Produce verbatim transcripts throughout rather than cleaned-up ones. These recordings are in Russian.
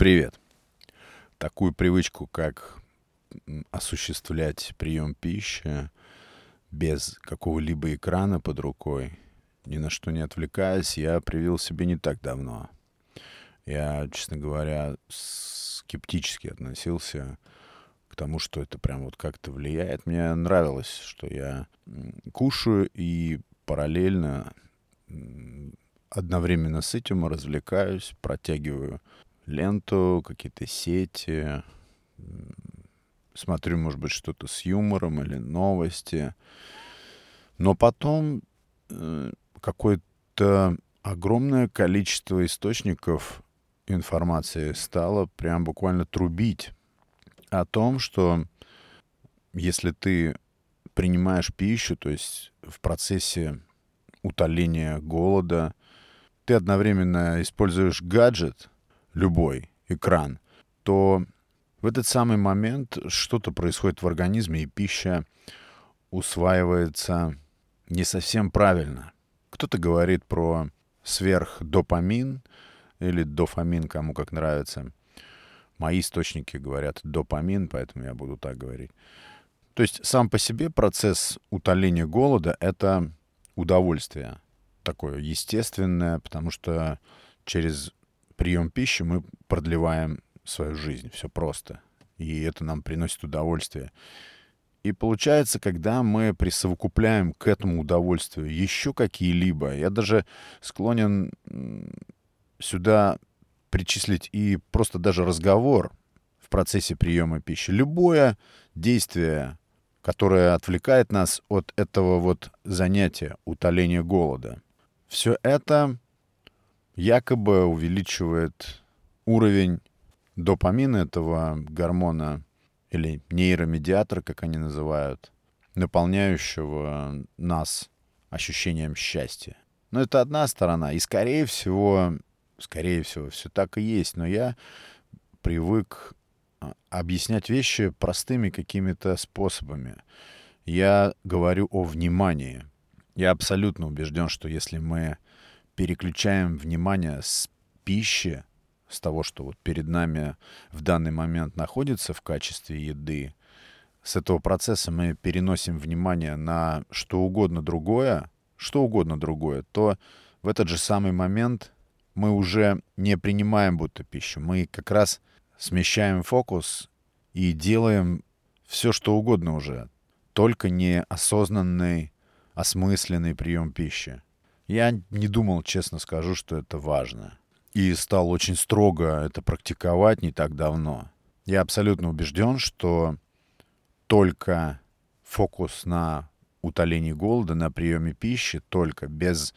Привет. Такую привычку, как м, осуществлять прием пищи без какого-либо экрана под рукой, ни на что не отвлекаясь, я привил себе не так давно. Я, честно говоря, скептически относился к тому, что это прям вот как-то влияет. Мне нравилось, что я м, кушаю и параллельно м, одновременно с этим развлекаюсь, протягиваю ленту, какие-то сети, м, смотрю, может быть, что-то с юмором или новости. Но потом э, какое-то огромное количество источников информации стало прям буквально трубить о том, что если ты принимаешь пищу, то есть в процессе утоления голода, ты одновременно используешь гаджет, любой экран, то в этот самый момент что-то происходит в организме, и пища усваивается не совсем правильно. Кто-то говорит про сверхдопамин или дофамин, кому как нравится. Мои источники говорят допамин, поэтому я буду так говорить. То есть сам по себе процесс утоления голода — это удовольствие такое естественное, потому что через прием пищи мы продлеваем свою жизнь. Все просто. И это нам приносит удовольствие. И получается, когда мы присовокупляем к этому удовольствию еще какие-либо, я даже склонен м, сюда причислить и просто даже разговор в процессе приема пищи. Любое действие, которое отвлекает нас от этого вот занятия, утоления голода. Все это якобы увеличивает уровень допамина, этого гормона или нейромедиатора, как они называют, наполняющего нас ощущением счастья. Но это одна сторона. И скорее всего, скорее всего, все так и есть. Но я привык а, объяснять вещи простыми какими-то способами. Я говорю о внимании. Я абсолютно убежден, что если мы переключаем внимание с пищи, с того, что вот перед нами в данный момент находится в качестве еды, с этого процесса мы переносим внимание на что угодно другое, что угодно другое, то в этот же самый момент мы уже не принимаем будто пищу. Мы как раз смещаем фокус и делаем все, что угодно уже, только не осознанный, осмысленный прием пищи. Я не думал, честно скажу, что это важно. И стал очень строго это практиковать не так давно. Я абсолютно убежден, что только фокус на утолении голода, на приеме пищи, только без,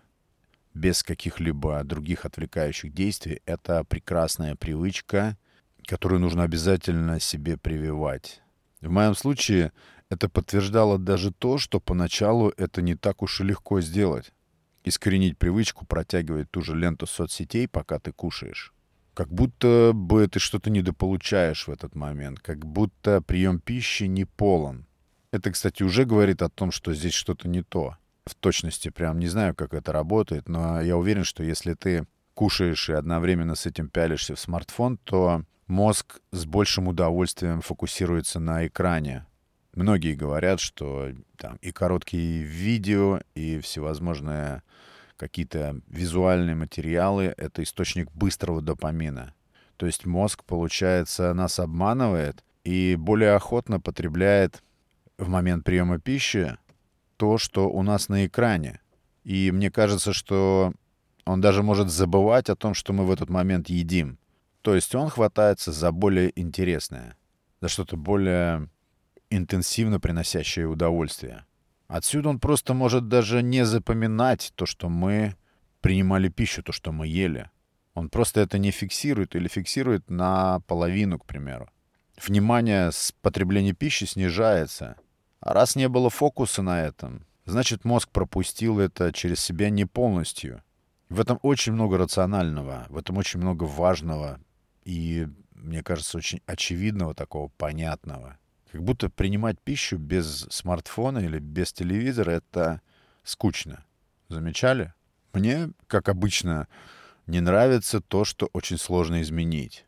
без каких-либо других отвлекающих действий, это прекрасная привычка, которую нужно обязательно себе прививать. В моем случае это подтверждало даже то, что поначалу это не так уж и легко сделать. Искоренить привычку протягивать ту же ленту соцсетей, пока ты кушаешь. Как будто бы ты что-то недополучаешь в этот момент, как будто прием пищи не полон. Это, кстати, уже говорит о том, что здесь что-то не то. В точности прям не знаю, как это работает, но я уверен, что если ты кушаешь и одновременно с этим пялишься в смартфон, то мозг с большим удовольствием фокусируется на экране. Многие говорят, что там и короткие видео, и всевозможные какие-то визуальные материалы — это источник быстрого допамина. То есть мозг, получается, нас обманывает и более охотно потребляет в момент приема пищи то, что у нас на экране. И мне кажется, что он даже может забывать о том, что мы в этот момент едим. То есть он хватается за более интересное, за что-то более интенсивно приносящее удовольствие. Отсюда он просто может даже не запоминать то, что мы принимали пищу, то, что мы ели. Он просто это не фиксирует или фиксирует наполовину, к примеру. Внимание с потребления пищи снижается. А раз не было фокуса на этом, значит, мозг пропустил это через себя не полностью. В этом очень много рационального, в этом очень много важного и, мне кажется, очень очевидного, такого понятного. Как будто принимать пищу без смартфона или без телевизора — это скучно. Замечали? Мне, как обычно, не нравится то, что очень сложно изменить.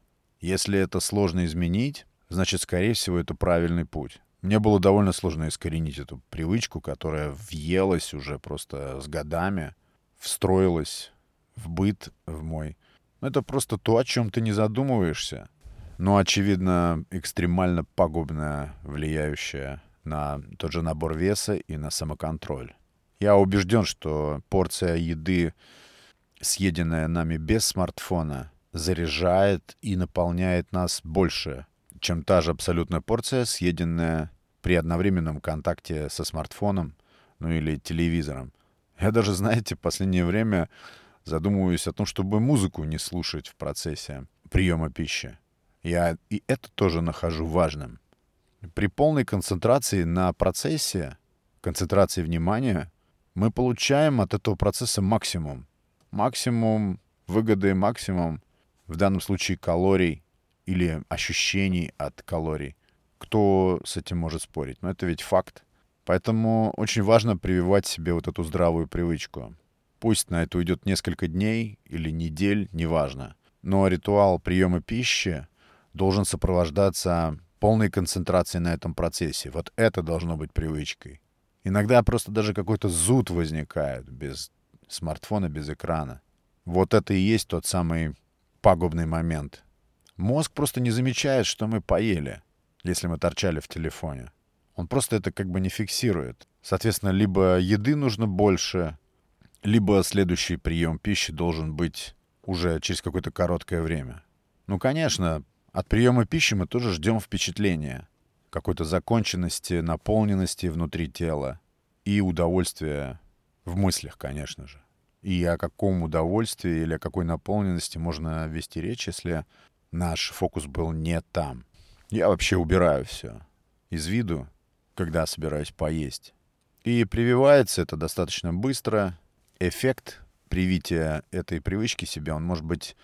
Если это сложно изменить, значит, скорее всего, это правильный путь. Мне было довольно сложно искоренить эту привычку, которая въелась уже просто с годами, встроилась в быт, в мой. Это просто то, о чем ты не задумываешься, но, очевидно, экстремально пагубно влияющее на тот же набор веса и на самоконтроль. Я убежден, что порция еды, съеденная нами без смартфона, заряжает и наполняет нас больше, чем та же абсолютная порция, съеденная при одновременном контакте со смартфоном, ну или телевизором. Я даже, знаете, в последнее время задумываюсь о том, чтобы музыку не слушать в процессе приема пищи. Я и это тоже нахожу важным. При полной концентрации на процессе, концентрации внимания, мы получаем от этого процесса максимум. Максимум выгоды, максимум, в данном случае, калорий или ощущений от калорий. Кто с этим может спорить? Но это ведь факт. Поэтому очень важно прививать себе вот эту здравую привычку. Пусть на это уйдет несколько дней или недель, неважно. Но ритуал приема пищи должен сопровождаться полной концентрацией на этом процессе. Вот это должно быть привычкой. Иногда просто даже какой-то зуд возникает без смартфона, без экрана. Вот это и есть тот самый пагубный момент. Мозг просто не замечает, что мы поели, если мы торчали в телефоне. Он просто это как бы не фиксирует. Соответственно, либо еды нужно больше, либо следующий прием пищи должен быть уже через какое-то короткое время. Ну, конечно, от приема пищи мы тоже ждем впечатления, какой-то законченности, наполненности внутри тела и удовольствия в мыслях, конечно же. И о каком удовольствии или о какой наполненности можно вести речь, если наш фокус был не там. Я вообще убираю все из виду, когда собираюсь поесть. И прививается это достаточно быстро. Эффект привития этой привычки себе, он может быть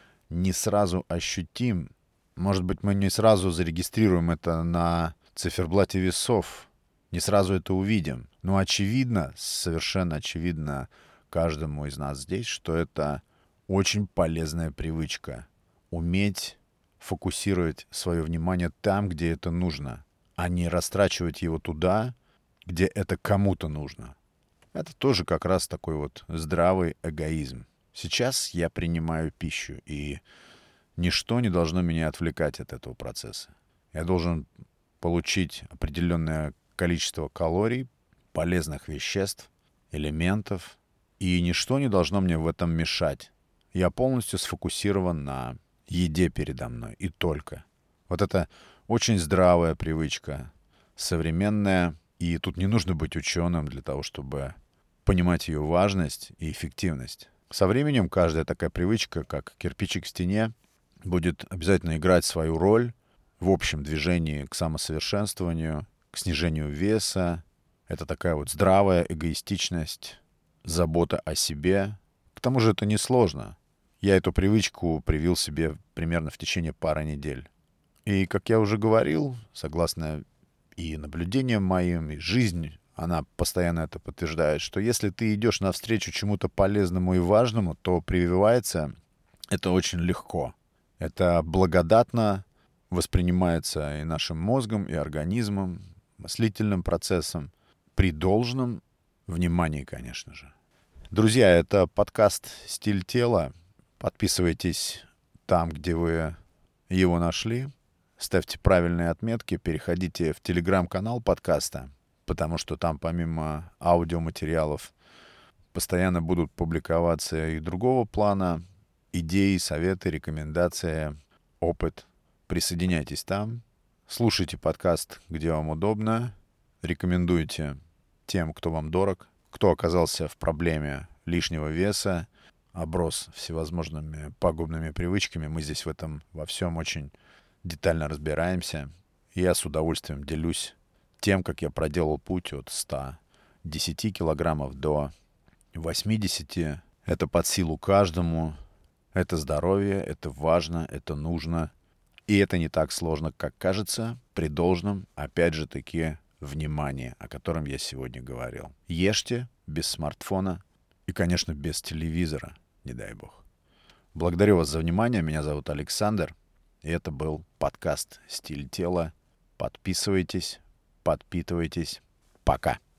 не сразу ощутим. Может быть, мы не сразу зарегистрируем это на циферблате весов, не сразу это увидим. Но очевидно, совершенно очевидно каждому из нас здесь, что это очень полезная привычка. Уметь фокусировать свое внимание там, где это нужно, а не растрачивать его туда, где это кому-то нужно. Это тоже как раз такой вот здравый эгоизм. Сейчас я принимаю пищу, и ничто не должно меня отвлекать от этого процесса. Я должен получить определенное количество калорий, полезных веществ, элементов, и ничто не должно мне в этом мешать. Я полностью сфокусирован на еде передо мной, и только. Вот это очень здравая привычка, современная, и тут не нужно быть ученым для того, чтобы понимать ее важность и эффективность. Со временем каждая такая привычка, как кирпичик в стене, будет обязательно играть свою роль в общем движении к самосовершенствованию, к снижению веса. Это такая вот здравая эгоистичность, забота о себе. К тому же это несложно. Я эту привычку привил себе примерно в течение пары недель. И, как я уже говорил, согласно и наблюдениям моим, и жизнь, она постоянно это подтверждает, что если ты идешь навстречу чему-то полезному и важному, то прививается это очень легко. Это благодатно воспринимается и нашим мозгом, и организмом, мыслительным процессом, при должном внимании, конечно же. Друзья, это подкаст «Стиль тела». Подписывайтесь там, где вы его нашли. Ставьте правильные отметки, переходите в телеграм-канал подкаста, потому что там помимо аудиоматериалов постоянно будут публиковаться и другого плана идеи, советы, рекомендации, опыт. Присоединяйтесь там, слушайте подкаст, где вам удобно, рекомендуйте тем, кто вам дорог, кто оказался в проблеме лишнего веса, оброс всевозможными пагубными привычками. Мы здесь в этом во всем очень детально разбираемся. Я с удовольствием делюсь тем, как я проделал путь от ста десяти килограммов до восьмидесяти. Это под силу каждому. Это здоровье, это важно, это нужно. И это не так сложно, как кажется, при должном, опять же таки, внимании, о котором я сегодня говорил. Ешьте без смартфона и, конечно, без телевизора, не дай бог. Благодарю вас за внимание. Меня зовут Александр. Это был подкаст «Стиль тела». Подписывайтесь, подпитывайтесь. Пока.